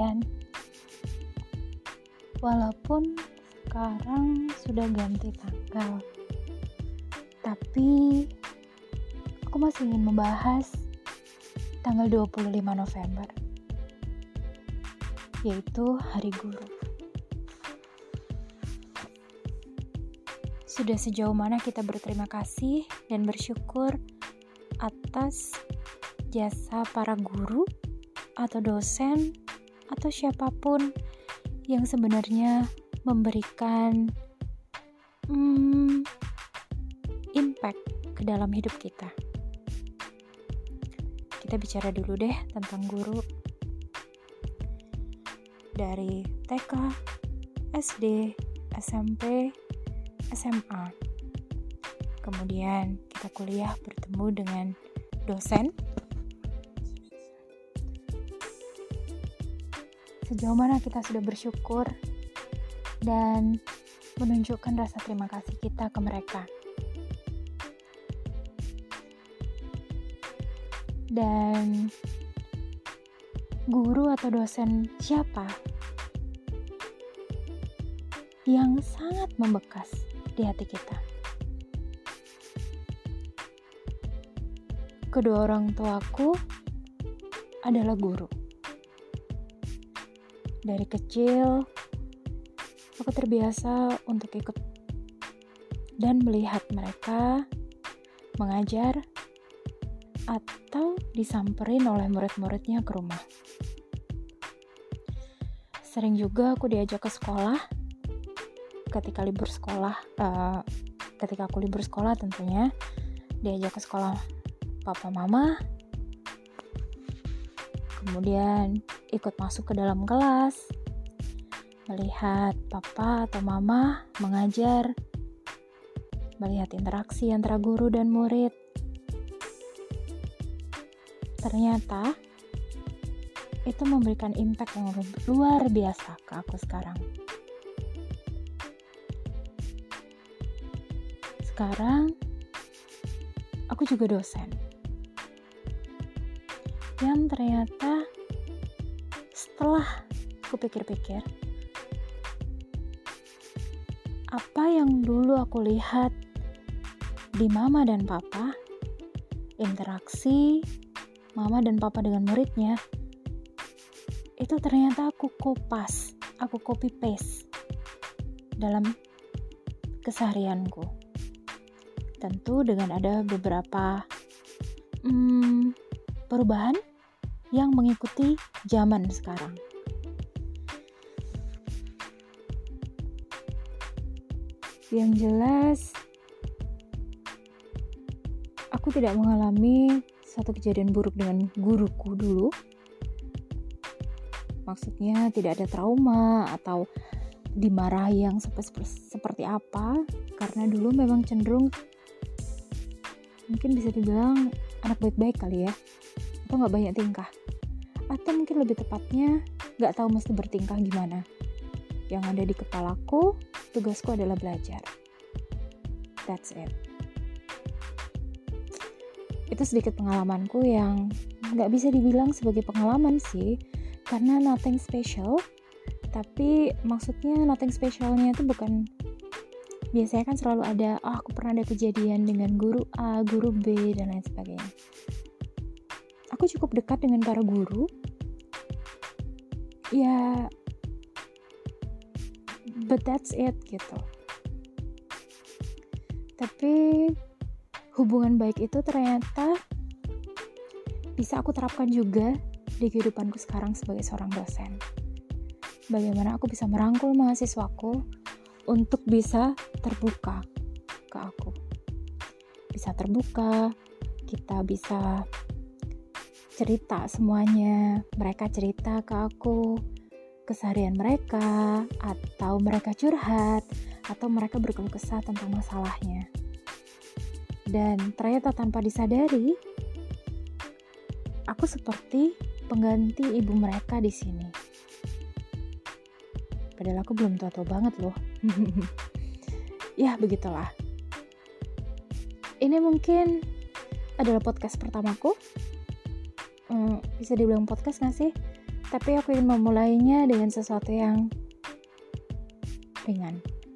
kalian. Walaupun sekarang sudah ganti tanggal, tapi aku masih ingin membahas tanggal 25 November, yaitu Hari Guru. Sudah sejauh mana kita berterima kasih dan bersyukur atas jasa para guru atau dosen atau siapapun yang sebenarnya memberikan impact ke dalam hidup kita. Kita bicara dulu deh tentang guru. Dari TK, SD, SMP, SMA. Kemudian kita kuliah bertemu dengan dosen. Sejauh mana kita sudah bersyukur dan menunjukkan rasa terima kasih kita ke mereka. Dan guru atau dosen siapa yang sangat membekas di hati kita? Kedua orang tuaku adalah guru. Dari kecil, aku terbiasa untuk ikut dan melihat mereka mengajar atau disamperin oleh murid-muridnya ke rumah. Sering juga aku diajak ke sekolah ketika aku libur sekolah tentunya, diajak ke sekolah papa mama, kemudian ikut masuk ke dalam kelas, melihat papa atau mama mengajar, melihat interaksi antara guru dan murid. Ternyata itu memberikan impact yang luar biasa ke aku sekarang. Sekarang aku juga dosen. Yang ternyata setelah aku pikir-pikir, apa yang dulu aku lihat di mama dan papa, interaksi mama dan papa dengan muridnya, itu ternyata aku copy paste dalam keseharianku. Tentu dengan ada beberapa perubahan yang mengikuti zaman sekarang. Yang jelas, aku tidak mengalami satu kejadian buruk dengan guruku dulu. Maksudnya tidak ada trauma atau dimarahi yang seperti apa, karena dulu memang cenderung mungkin bisa dibilang anak baik-baik kali ya, atau gak banyak tingkah, atau mungkin lebih tepatnya gak tahu mesti bertingkah gimana. Yang ada di kepalaku, tugasku adalah belajar. That's it. Itu sedikit pengalamanku yang gak bisa dibilang sebagai pengalaman sih, karena nothing special. Tapi maksudnya nothing specialnya itu bukan, biasanya kan selalu ada, aku pernah ada kejadian dengan guru A, guru B, dan lain sebagainya. Aku cukup dekat dengan para guru. Ya, but that's it gitu. Tapi hubungan baik itu ternyata bisa aku terapkan juga di kehidupanku sekarang sebagai seorang dosen. Bagaimana aku bisa merangkul mahasiswaku untuk bisa terbuka ke aku. Bisa terbuka, kita bisa cerita semuanya, mereka cerita ke aku keseharian mereka, atau mereka curhat, atau mereka berkeluh kesah tentang masalahnya. Dan ternyata tanpa disadari, aku seperti pengganti ibu mereka di sini. Padahal aku belum tua-tua banget loh. Ya begitulah. Ini mungkin adalah podcast pertamaku. Bisa dibilang podcast gak sih? Tapi aku ingin memulainya dengan sesuatu yang ringan.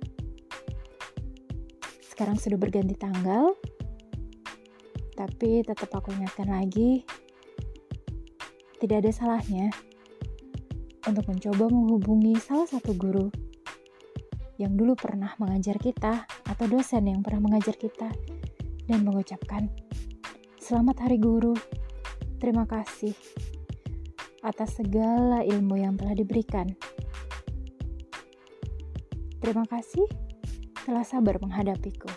Sekarang sudah berganti tanggal, tapi tetap aku ingatkan lagi, tidak ada salahnya untuk mencoba menghubungi salah satu guru yang dulu pernah mengajar kita atau dosen yang pernah mengajar kita dan mengucapkan, "Selamat Hari Guru, terima kasih atas segala ilmu yang telah diberikan. Terima kasih telah sabar menghadapiku.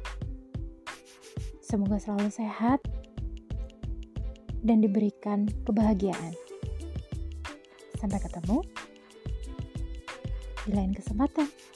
Semoga selalu sehat dan diberikan kebahagiaan. Sampai ketemu di lain kesempatan."